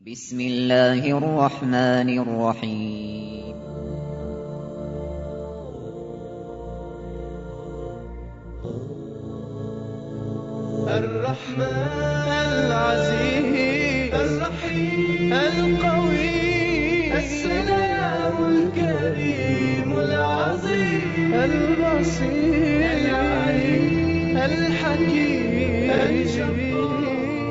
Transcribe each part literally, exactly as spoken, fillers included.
بسم الله الرحمن الرحيم. الرحمن العزيز الرحيم القوي السلام الكريم العظيم البصير العليم الحكيم الجبار.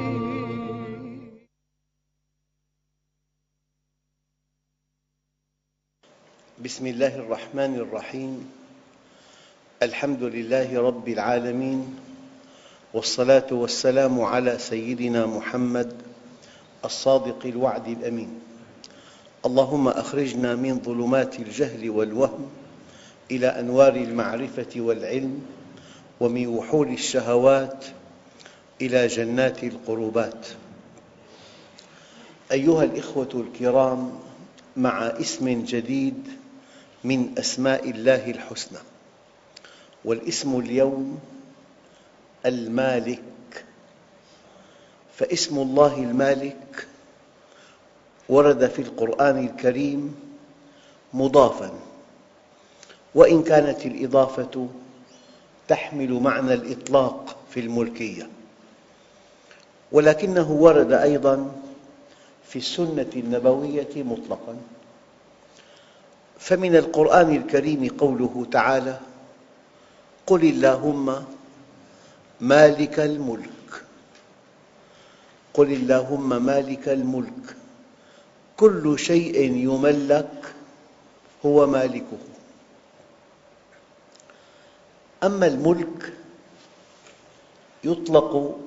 بسم الله الرحمن الرحيم. الحمد لله رب العالمين، والصلاة والسلام على سيدنا محمد الصادق الوعد الأمين. اللهم أخرجنا من ظلمات الجهل والوهم إلى أنوار المعرفة والعلم، ومن وحول الشهوات إلى جنات القربات. أيها الإخوة الكرام، مع اسم جديد من أسماء الله الحسنى، والاسم اليوم المالك. فاسم الله المالك ورد في القرآن الكريم مضافاً، وإن كانت الإضافة تحمل معنى الإطلاق في الملكية، ولكنه ورد أيضاً في السنة النبوية مطلقاً. فمن القرآن الكريم قوله تعالى: قل اللهم مالك الملك. قل اللهم مالك الملك، كل شيء يملك هو مالكه. أما الملك يطلق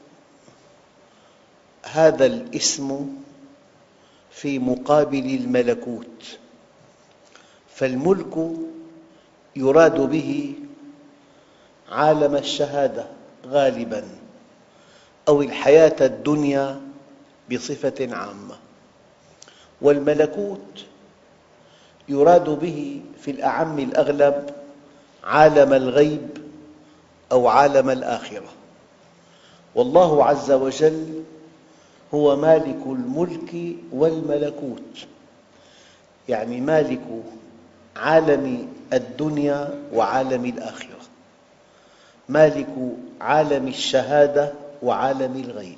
هذا الاسم في مقابل الملكوت، فالملك يراد به عالم الشهادة غالباً، أو الحياة الدنيا بصفة عامة، والملكوت يراد به في الأعم الأغلب عالم الغيب أو عالم الآخرة. والله عز وجل هو مالك الملك والملكوت، يعني مالك عالم الدنيا وعالم الآخرة، مالك عالم الشهادة وعالم الغيب.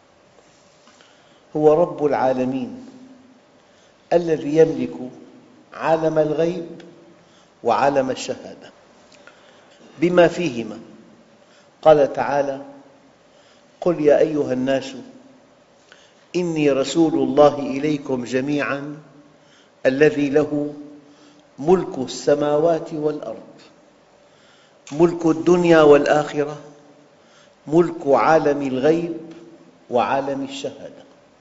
هو رب العالمين الذي يملك عالم الغيب وعالم الشهادة بما فيهما. قال تعالى: قل يا أيها الناس إني رسول الله إليكم جميعاً الذي له ملك السماوات والأرض. ملك الدنيا والآخرة، ملك عالم الغيب وعالم الشهادة.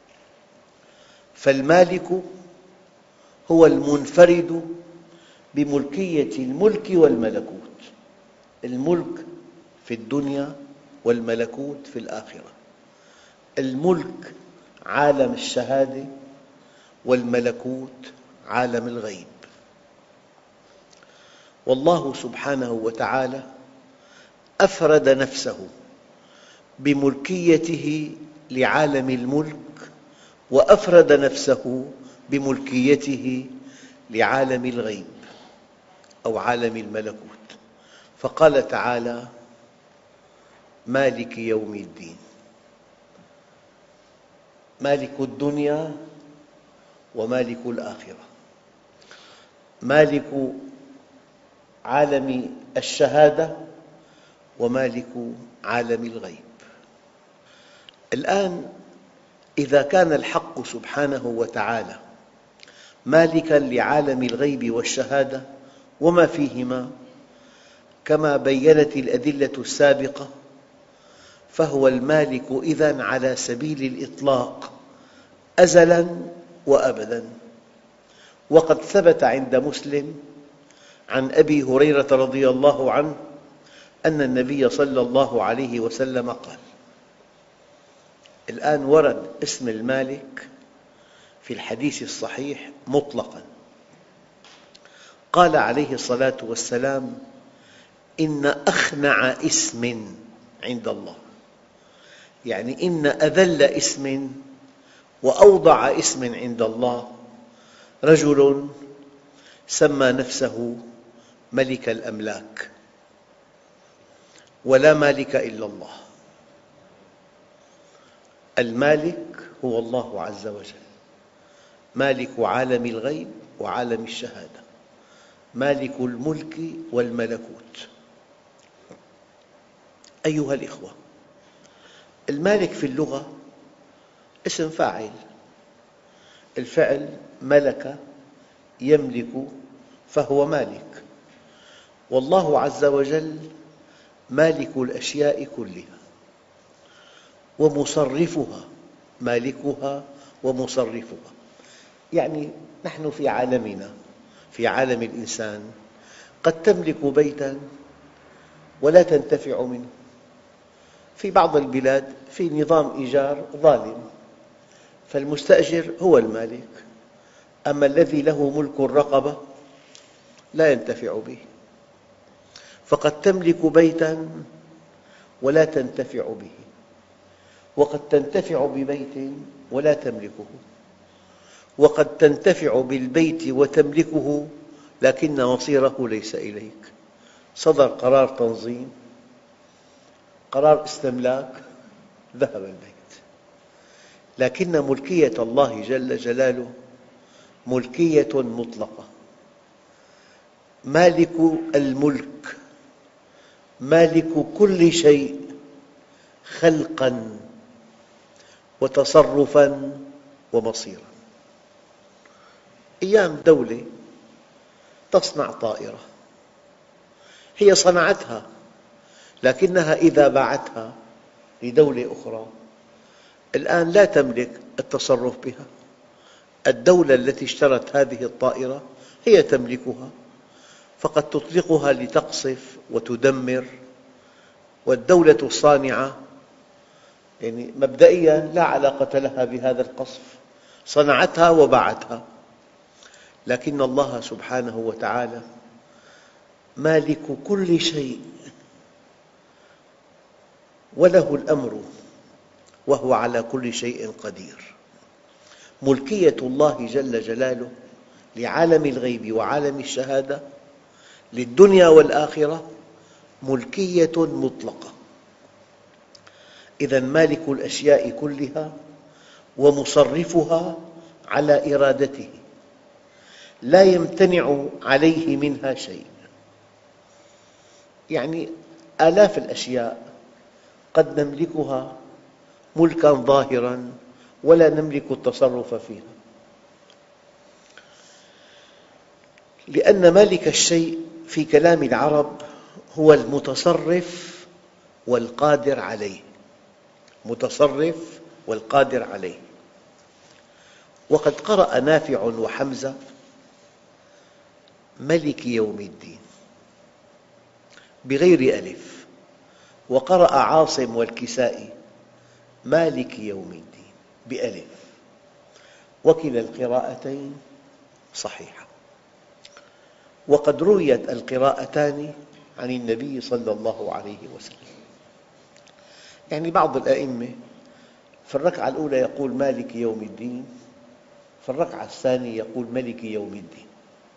فالمالك هو المنفرد بملكية الملك والملكوت، الملك في الدنيا والملكوت في الآخرة. الملك عالم الشهادة، والملكوت عالم الغيب. والله سبحانه وتعالى أفرد نفسه بملكيته لعالم الملك، وأفرد نفسه بملكيته لعالم الغيب أو عالم الملكوت، فقال تعالى: مالك يوم الدين. مالك الدنيا ومالك الآخرة، مالك عالم الشهادة ومالك عالم الغيب. الآن إذا كان الحق سبحانه وتعالى مالكاً لعالم الغيب والشهادة وما فيهما كما بيّنت الأدلة السابقة، فهو المالك إذن على سبيل الإطلاق أزلاً وأبداً. وقد ثبت عند مسلم عن أبي هريرة رضي الله عنه أن النبي صلى الله عليه وسلم قال: الآن ورد اسم المالك في الحديث الصحيح مطلقاً. قال عليه الصلاة والسلام: إن أخنع اسم عند الله، يعني إن أذل اسم وأوضع اسم عند الله رجل سمى نفسه ملك الأملاك، ولا مالك إلا الله. المالك هو الله عز وجل، مالك عالم الغيب وعالم الشهادة، مالك الملك والملكوت. أيها الإخوة، المالك في اللغة اسم فاعل، الفعل ملك يملك فهو مالك، والله عز وجل مالك الأشياء كلها ومصرفها، مالكها ومصرفها. يعني نحن في عالمنا، في عالم الإنسان، قد تملك بيتاً ولا تنتفع منه. في بعض البلاد في نظام إيجار ظالم، فالمستأجر هو المالك، أما الذي له ملك الرقبة لا ينتفع به. فقد تملك بيتاً ولا تنتفع به، وقد تنتفع ببيت ولا تملكه، وقد تنتفع بالبيت وتملكه لكن مصيره ليس إليك. صدر قرار تنظيم، قرار استملاك، ذهب البيت. لكن ملكية الله جل جلاله ملكية مطلقة، مالك الملك، مالك كل شيء خلقاً وتصرفاً ومصيراً. أيام دولة تصنع طائرة، هي صنعتها، لكنها إذا باعتها لدولة أخرى الآن لا تملك التصرف بها. الدولة التي اشترت هذه الطائرة هي تملكها، فقد تطلقها لتقصف وتدمر، والدولة الصانعة يعني مبدئياً لا علاقة لها بهذا القصف، صنعتها وباعتها. لكن الله سبحانه وتعالى مالك كل شيء وله الأمر وهو على كل شيء قدير. ملكية الله جل جلاله لعالم الغيب وعالم الشهادة، للدنيا والآخرة، ملكية مطلقة. إذن مالك الأشياء كلها ومصرفها على إرادته، لا يمتنع عليه منها شيء. يعني آلاف الأشياء قد نملكها ملكاً ظاهراً ولا نملك التصرف فيها، لأن مالك الشيء في كلام العرب هو المتصرف والقادر عليه، متصرف والقادر عليه. وقد قرأ نافع وحمزة ملك يوم الدين بغير ألف، وقرأ عاصم والكسائي مالك يوم الدين بألف، وكلا القراءتين صحيحة. وقد رويت القراءتان عن النبي صلى الله عليه وسلم. يعني بعض الأئمة في الركعة الأولى يقول مالك يوم الدين، في الركعة الثانية يقول ملك يوم الدين.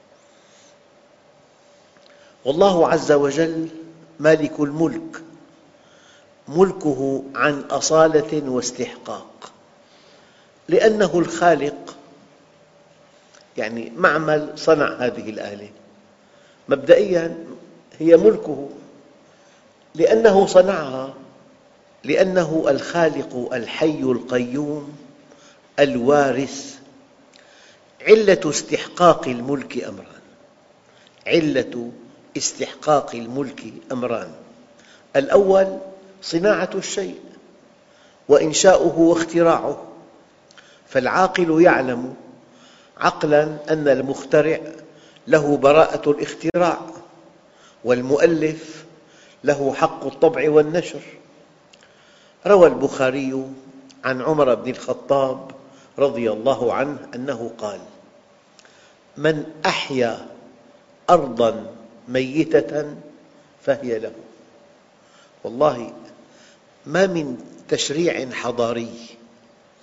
والله عز وجل مالك الملك، ملكه عن أصالة واستحقاق، لأنه الخالق. يعني معمل صنع هذه الآلة مبدئياً هي ملكه لأنه صنعها، لأنه الخالق الحي القيوم الوارث. علة استحقاق الملك أمران، علة استحقاق الملك أمران: الأول صناعة الشيء وإنشاؤه واختراعه، فالعاقل يعلم عقلاً أن المخترع له براءة الاختراع، والمؤلف له حق الطبع والنشر. روى البخاري عن عمر بن الخطاب رضي الله عنه أنه قال: من أحيا أرضاً ميتة فهي له. والله ما من تشريع حضاري،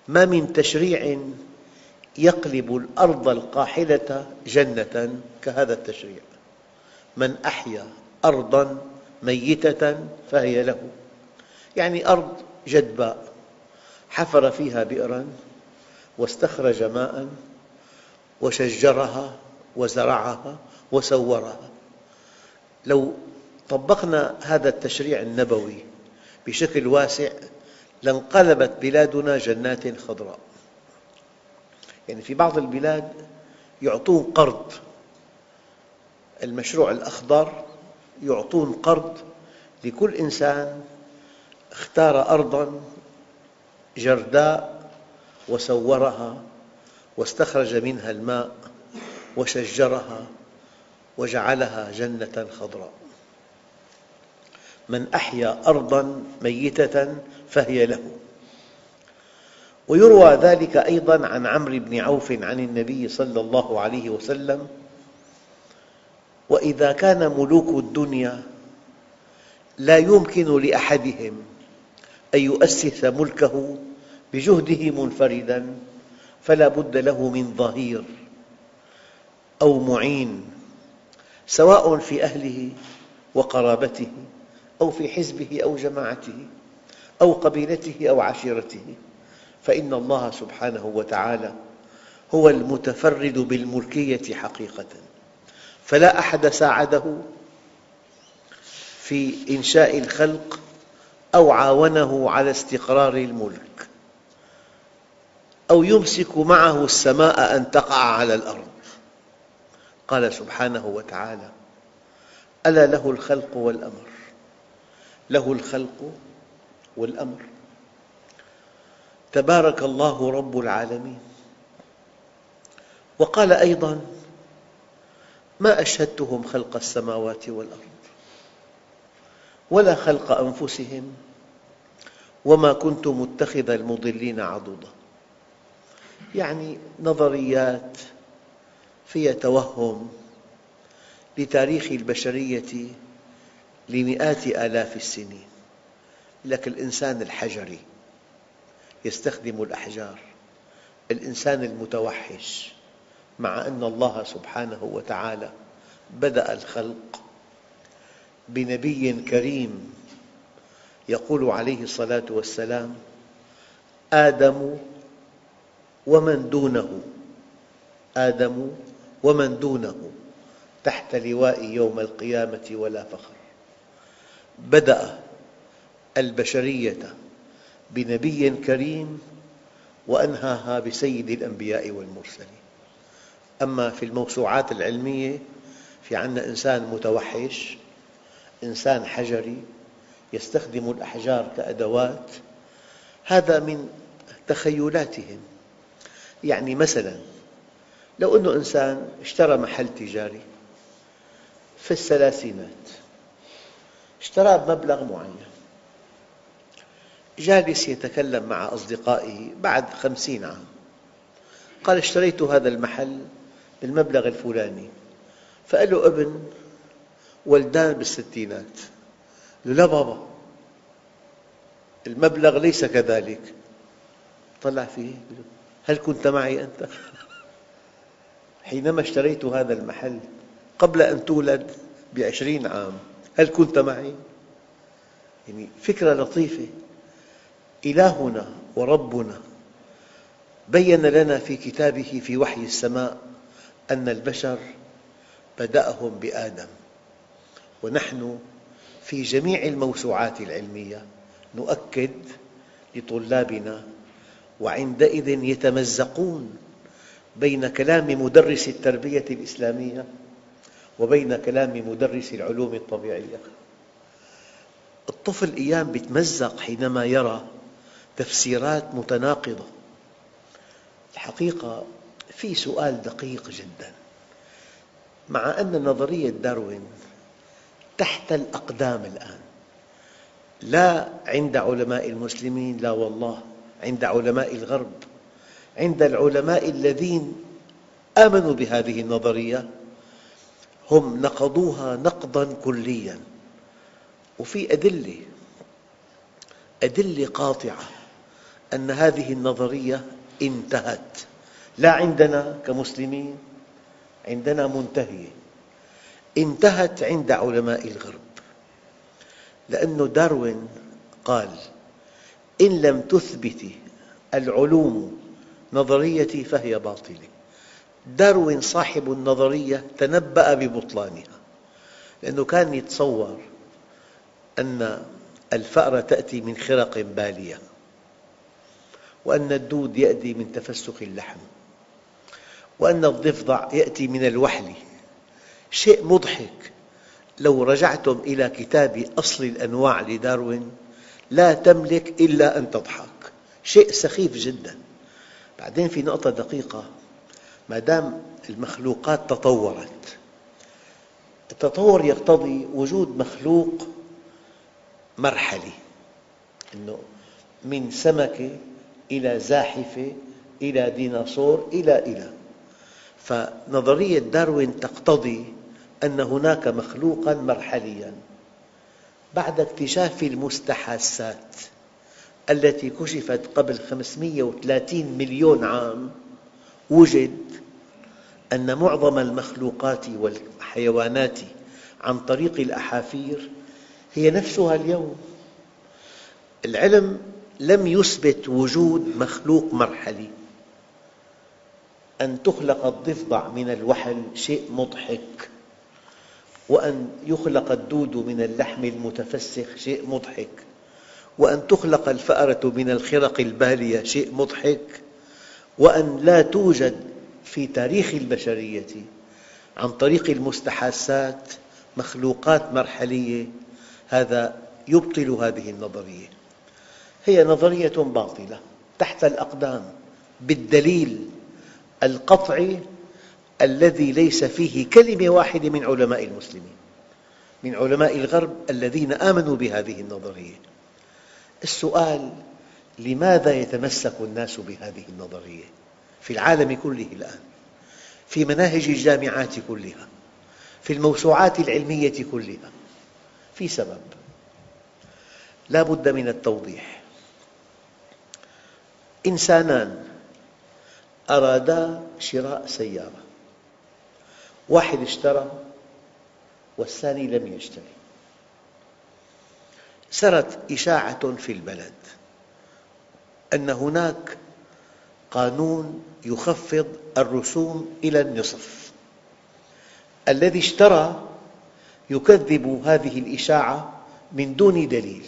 ما من تشريع يقلب الأرض القاحلة جنة كهذا التشريع. من أحيا أرضاً ميتة فهي له، يعني أرض جدباء حفر فيها بئراً واستخرج ماء وشجرها وزرعها وسورها. لو طبقنا هذا التشريع النبوي بشكل واسع لانقلبت بلادنا جنات خضراء. يعني في بعض البلاد يعطون قرض، المشروع الأخضر يعطون قرض لكل إنسان اختار أرضاً جرداء وسورها واستخرج منها الماء وشجرها وجعلها جنة خضراء. من أحيا أرضاً ميتة فهي له. ويروى ذلك أيضاً عن عمرو بن عوف عن النبي صلى الله عليه وسلم: وإذا كان ملوك الدنيا لا يمكن لأحدهم أن يؤسس ملكه بجهده منفرداً فلا بد له من ظهير أو معين، سواء في أهله وقرابته أو في حزبه أو جماعته أو قبيلته أو عشيرته، فإن الله سبحانه وتعالى هو المتفرد بالملكية حقيقة، فلا أحد ساعده في إنشاء الخلق أو عاونه على استقرار الملك أو يمسك معه السماء أن تقع على الأرض. قال سبحانه وتعالى: ألا له الخلق والأمر، له الخلق والأمر، تبارك الله رب العالمين. وقال أيضاً: ما أشهدتهم خلق السماوات والأرض ولا خلق أنفسهم وما كنت متخذ المضلين عضدا. يعني نظريات فيها توهم لتاريخ البشرية لمئات آلاف السنين. لكن الإنسان الحجري يستخدم الأحجار، الإنسان المتوحش، مع أن الله سبحانه وتعالى بدأ الخلق بنبي كريم يقول عليه الصلاة والسلام: آدم ومن دونه، آدم ومن دونه تحت لواء يوم القيامة ولا فخر. بدأ البشرية بنبي كريم وأنهاها بسيد الأنبياء والمرسلين. أما في الموسوعات العلمية في عندنا إنسان متوحش، إنسان حجري يستخدم الأحجار كأدوات، هذا من تخيلاتهم. يعني مثلاً لو أن إنسان اشترى محل تجاري في الثلاثينات، اشتراه بمبلغ معين، جالس يتكلم مع أصدقائه بعد خمسين عام، قال: اشتريت هذا المحل بالمبلغ الفلاني. فقال له ابن ولدان بالستينات، قال له: لا بابا، المبلغ ليس كذلك. طلع فيه: هل كنت معي أنت؟ حينما اشتريت هذا المحل قبل أن تولد بعشرين عام، هل كنت معي؟ يعني فكرة لطيفة. إلهنا وربنا بيّن لنا في كتابه في وحي السماء أن البشر بدأهم بآدم، ونحن في جميع الموسوعات العلمية نؤكد لطلابنا، وعندئذ يتمزقون بين كلام مدرس التربية الإسلامية وبين كلام مدرس العلوم الطبيعية. الطفل أيام يتمزق حينما يرى تفسيرات متناقضة. الحقيقة في سؤال دقيق جداً، مع أن نظرية داروين تحت الأقدام الآن، لا عند علماء المسلمين، لا والله، عند علماء الغرب، عند العلماء الذين آمنوا بهذه النظرية، هم نقضوها نقضاً كلياً. وفي أدلة أدلة قاطعة أن هذه النظرية انتهت، لا عندنا كمسلمين، عندنا منتهية، انتهت عند علماء الغرب، لأن داروين قال: إن لم تثبت العلوم نظريتي فهي باطلة. داروين صاحب النظرية تنبأ ببطلانها، لأنه كان يتصور أن الفأرة تأتي من خرق بالية، وأن الدود يأتي من تفسخ اللحم، وأن الضفدع يأتي من الوحل. شيء مضحك، لو رجعتم إلى كتاب أصل الأنواع لداروين لا تملك إلا أن تضحك، شيء سخيف جداً. بعدين في نقطة دقيقة، ما دام المخلوقات تطورت، التطور يقتضي وجود مخلوق مرحلي، إنه من سمكة إلى زاحفة إلى ديناصور إلى إلى فنظرية داروين تقتضي أن هناك مخلوقاً مرحلياً. بعد اكتشاف المستحاثات التي كشفت قبل خمسمئة وثلاثين مليون عام، وجد أن معظم المخلوقات والحيوانات عن طريق الأحافير هي نفسها اليوم. العلم لم يثبت وجود مخلوق مرحلي. أن تخلق الضفدع من الوحل شيء مضحك، وأن يخلق الدود من اللحم المتفسخ شيء مضحك، وأن تخلق الفأرة من الخرق البالية شيء مضحك، وأن لا توجد في تاريخ البشرية عن طريق المستحاثات مخلوقات مرحلية، هذا يبطل هذه النظرية. هي نظرية باطلة تحت الأقدام بالدليل القطعي الذي ليس فيه كلمة واحدة من علماء المسلمين، من علماء الغرب الذين آمنوا بهذه النظرية. السؤال: لماذا يتمسك الناس بهذه النظرية في العالم كله الآن، في مناهج الجامعات كلها، في الموسوعات العلمية كلها؟ في سبب لا بد من التوضيح. إنسانان أرادا شراء سيارة، واحد اشترى والثاني لم يشتري. سرت إشاعة في البلد أن هناك قانون يخفض الرسوم إلى النصف. الذي اشترى يكذب هذه الإشاعة من دون دليل،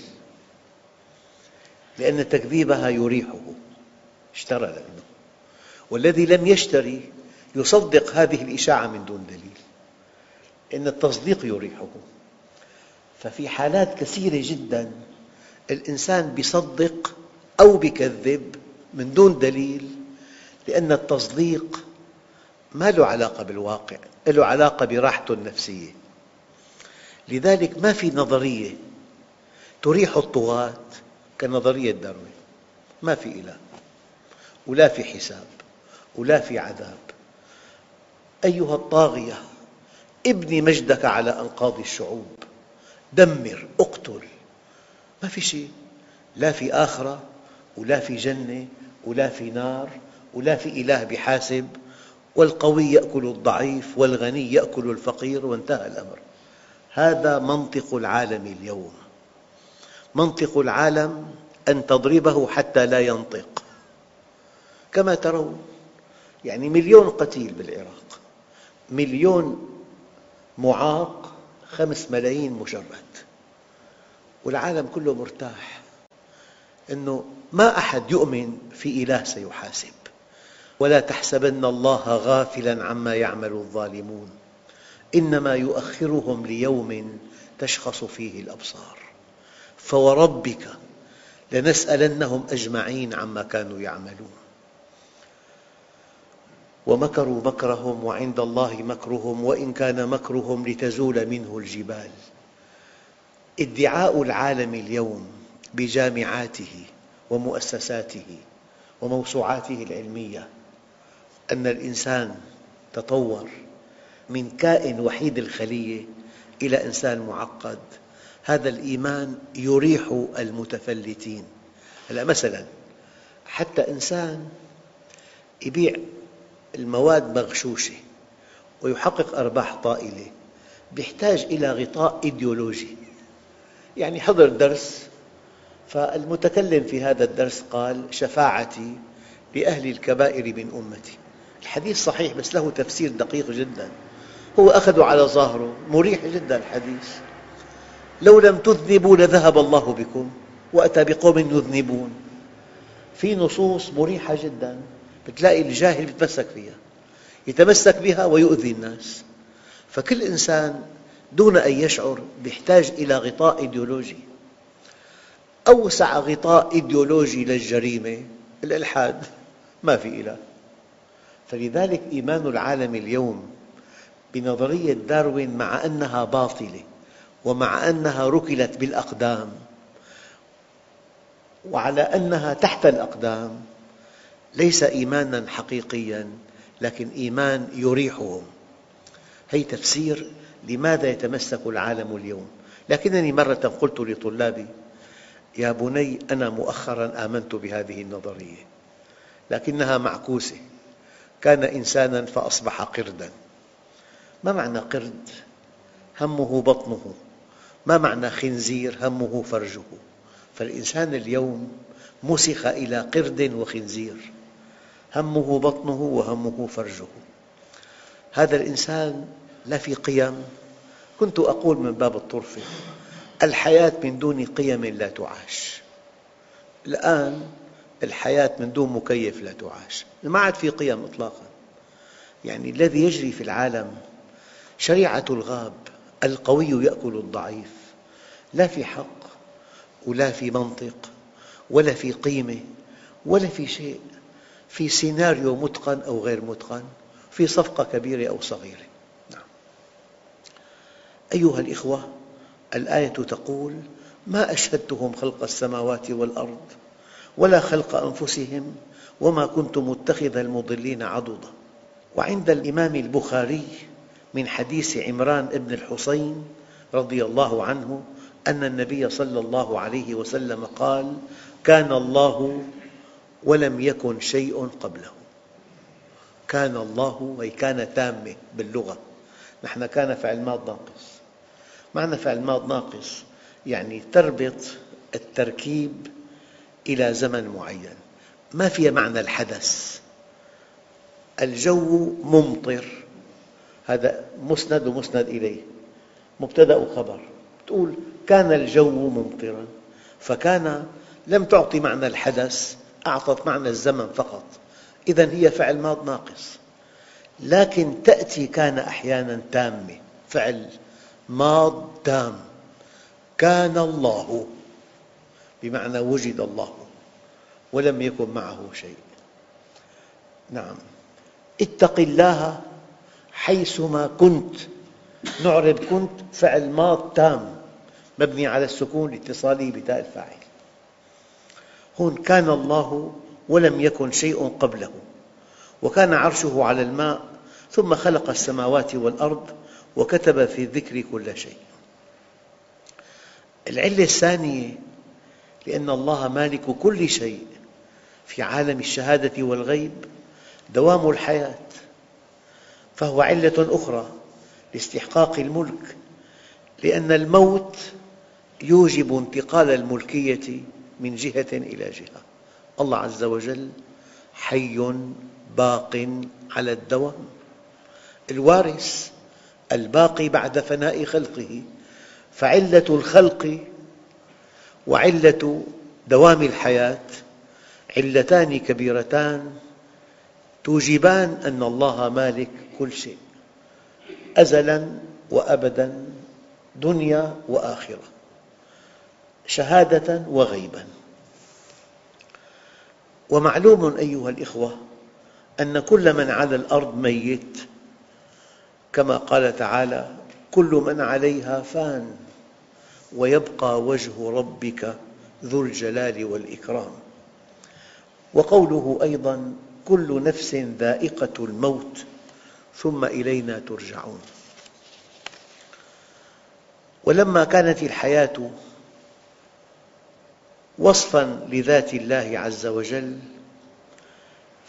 لأن تكذيبها يريحه، اشترى لأنه. والذي لم يشتري يصدق هذه الإشاعة من دون دليل، لأن التصديق يريحه. ففي حالات كثيرة جداً الإنسان يصدق أو يكذب من دون دليل، لأن التصديق ما له علاقة بالواقع، له علاقة براحته النفسية. لذلك ما في نظرية تريح الطغاة كنظرية داروين. ما في إله، ولا في حساب، ولا في عذاب. أيها الطاغية، ابني مجدك على أنقاض الشعوب، دمر، اقتل. ما في شيء، لا في آخرة، ولا في جنة، ولا في نار، ولا في إله بحاسب، والقوي يأكل الضعيف والغني يأكل الفقير، وانتهى الأمر. هذا منطق العالم اليوم. منطق العالم أن تضربه حتى لا ينطق. كما ترون، يعني مليون قتيل بالعراق، مليون معاق، خمس ملايين مشرد، والعالم كله مرتاح أنه ما أحد يؤمن في إله سيحاسب. ولا تحسبن الله غافلاً عما يعمل الظالمون، إنما يؤخرهم ليوم تشخص فيه الأبصار، فوربك لنسألنهم أجمعين عما كانوا يعملون. ومكروا مكرهم وعند الله مكرهم وإن كان مكرهم لتزول منه الجبال. ادعاء العالم اليوم بجامعاته ومؤسساته وموسوعاته العلمية أن الإنسان تطور من كائن وحيد الخلية إلى إنسان معقد، هذا الإيمان يريح المتفلتين. هلأ مثلاً حتى إنسان يبيع المواد مغشوشة ويحقق أرباح طائلة يحتاج إلى غطاء إيديولوجي. يعني حضر درس، فالمتكلم في هذا الدرس قال: شفاعتي لأهل الكبائر من أمتي. الحديث صحيح بس له تفسير دقيق جدا، هو أخذه على ظاهره، مريح جدا الحديث. لو لم تذنبوا لذهب الله بكم وأتى بقوم يذنبون. في نصوص مريحة جدا، بتلاقي الجاهل يتمسك فيها، يتمسك بها ويؤذي الناس. فكل إنسان دون أن يشعر يحتاج إلى غطاء إيديولوجي. أوسع غطاء إيديولوجي للجريمة الإلحاد، ما في إله. فلذلك إيمان العالم اليوم بنظرية داروين مع أنها باطلة ومع أنها ركلت بالأقدام وعلى أنها تحت الأقدام ليس إيمانا حقيقيا، لكن إيمان يريحهم. هذا تفسير لماذا يتمسك العالم اليوم. لكنني مرة قلت لطلابي: يا بني، أنا مؤخرا آمنت بهذه النظرية، لكنها معكوسة. كان إنسانا فأصبح قردا. ما معنى قرد؟ همه بطنه. ما معنى خنزير؟ همه فرجه. فالإنسان اليوم مسخ إلى قرد وخنزير، همه بطنه وهمه فرجه. هذا الإنسان لا في قيم. كنت أقول من باب الطرفة: الحياة من دون قيم لا تعاش. الآن الحياة من دون مكيف لا تعاش، ما عاد في قيم إطلاقا. يعني الذي يجري في العالم شريعة الغاب، القوي يأكل الضعيف، لا في حق ولا في منطق ولا في قيمة ولا في شيء. في سيناريو متقن أو غير متقن، في صفقة كبيرة أو صغيرة. نعم. أيها الإخوة، الآية تقول: ما أشهدتهم خلق السماوات والأرض ولا خلق أنفسهم وما كنت متخذ المضلين عضدا. وعند الإمام البخاري من حديث عمران بن الحصين رضي الله عنه أن النبي صلى الله عليه وسلم قال: كان الله ولم يكن شيء قبله. كان الله أي كان تامة باللغة. نحن كان فعل ماض ناقص. معنى فعل ماض ناقص يعني تربط التركيب إلى زمن معين، ما فيها معنى الحدث. الجو ممطر، هذا مسند ومسند إليه، مبتدأ وخبر. تقول كان الجو ممطرا، فكان لم تعطي معنى الحدث، أعطت معنى الزمن فقط. إذن هي فعل ماض ناقص. لكن تأتي كان أحيانا تامة، فعل ماض تام. كان الله بمعنى وجد الله ولم يكن معه شيء. نعم. اتق الله حيثما كنت. نعرب كنت فعل ماض تام مبني على السكون لاتصاله بتاء الفاعل. هون كان الله ولم يكن شيء قبله، وكان عرشه على الماء، ثم خلق السماوات والأرض وكتب في الذكر كل شيء. العلة الثانية لأن الله مالك كل شيء في عالم الشهادة والغيب دوام الحياة، فهو علة أخرى لاستحقاق الملك، لأن الموت يوجب انتقال الملكية من جهة إلى جهة. الله عز وجل حي باق على الدوام، الوارث الباقي بعد فناء خلقه. فعلة الخلق وعلة دوام الحياة علتان كبيرتان توجبان أن الله مالك كل شيء أزلاً وأبداً، دنيا وآخرة، شهادة وغيباً. ومعلوم أيها الإخوة أن كل من على الأرض ميت، كما قال تعالى: كل من عليها فان ويبقى وجه ربك ذو الجلال والإكرام. وقوله أيضاً: كل نفس ذائقة الموت ثم إلينا ترجعون. ولما كانت الحياة وصفاً لذات الله عز وجل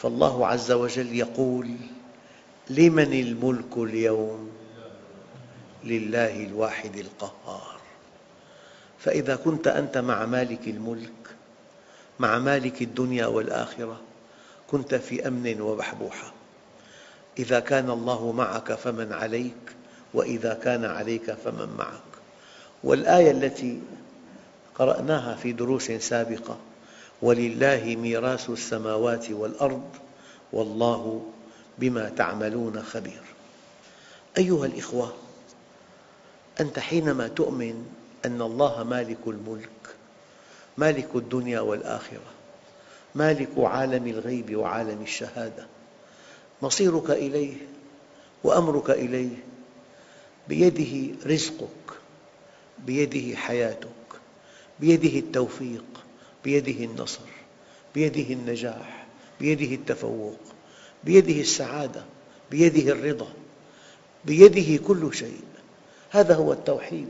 فالله عز وجل يقول: لمن الملك اليوم؟ لله الواحد القهار. فإذا كنت أنت مع مالك الملك، مع مالك الدنيا والآخرة، كنت في أمن وبحبوحة. إذا كان الله معك فمن عليك، وإذا كان عليك فمن معك. والآية التي قرأناها في دروس سابقة: ولله ميراث السماوات والأرض والله بما تعملون خبير. أيها الإخوة، أنت حينما تؤمن أن الله مالك الملك، مالك الدنيا والآخرة، مالك عالم الغيب وعالم الشهادة، مصيرك إليه وأمرك إليه، بيده رزقك، بيده حياتك، بيده التوفيق، بيده النصر، بيده النجاح، بيده التفوق، بيده السعادة، بيده الرضا، بيده كل شيء. هذا هو التوحيد.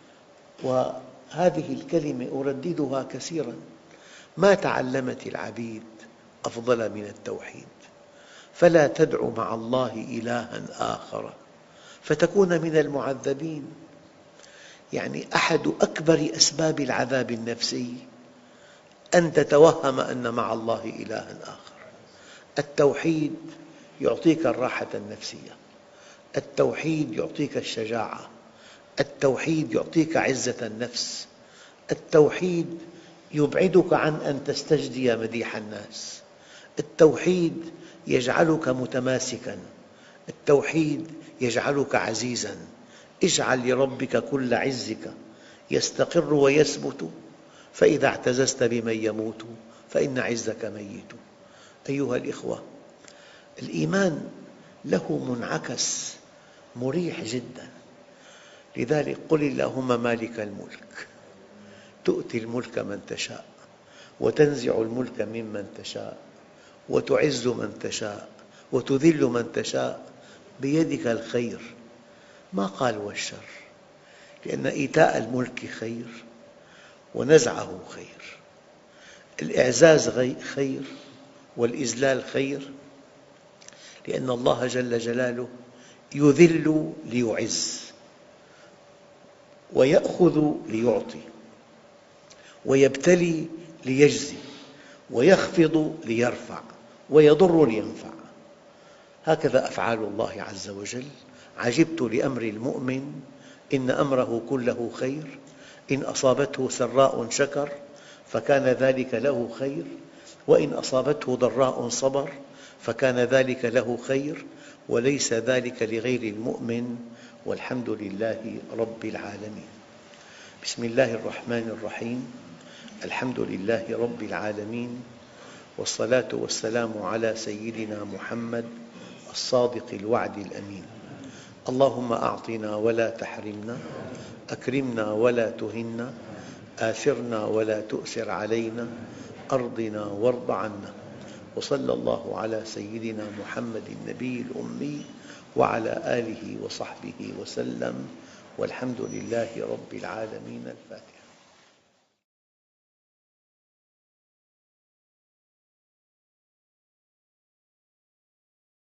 وهذه الكلمة أرددها كثيراً: ما تعلمت العبيد أفضل من التوحيد، فلا تدع مع الله إلهاً آخر فتكون من المعذبين. يعني أحد أكبر أسباب العذاب النفسي أن تتوهم أن مع الله إلهاً آخر. التوحيد يعطيك الراحة النفسية، التوحيد يعطيك الشجاعة، التوحيد يعطيك عزة النفس، التوحيد يبعدك عن أن تستجدي مديح الناس، التوحيد يجعلك متماسكاً، التوحيد يجعلك عزيزاً. اجعل لربك كل عزك يستقر ويثبت، فإذا اعتززت بمن يموت فإن عزك ميت. أيها الإخوة، الإيمان له منعكس مريح جداً. لذلك قل اللهم مالك الملك تؤتي الملك من تشاء وتنزع الملك ممن تشاء وتعز من تشاء وتذل من تشاء بيدك الخير. ما قال والشر، لأن إيتاء الملك خير ونزعه خير. الإعزاز خير والإذلال خير، لأن الله جل جلاله يذل ليعز، ويأخذ ليعطي، ويبتلي ليجزي، ويخفض ليرفع، ويضر لينفع. هكذا أفعال الله عز وجل. عجبت لأمر المؤمن إن أمره كله خير، إن أصابته سراء شكر فكان ذلك له خير، وإن أصابته ضراء صبر فكان ذلك له خير، وليس ذلك لغير المؤمن، والحمد لله رب العالمين. بسم الله الرحمن الرحيم. الحمد لله رب العالمين، والصلاة والسلام على سيدنا محمد الصادق الوعد الأمين. اللهم أعطنا ولا تحرمنا، أكرمنا ولا تهنا، آثرنا ولا تؤثر علينا، أرضنا وارض عنا. وصلى الله على سيدنا محمد النبي الأمي وعلى آله وصحبه وسلم، والحمد لله رب العالمين. الفاتحة.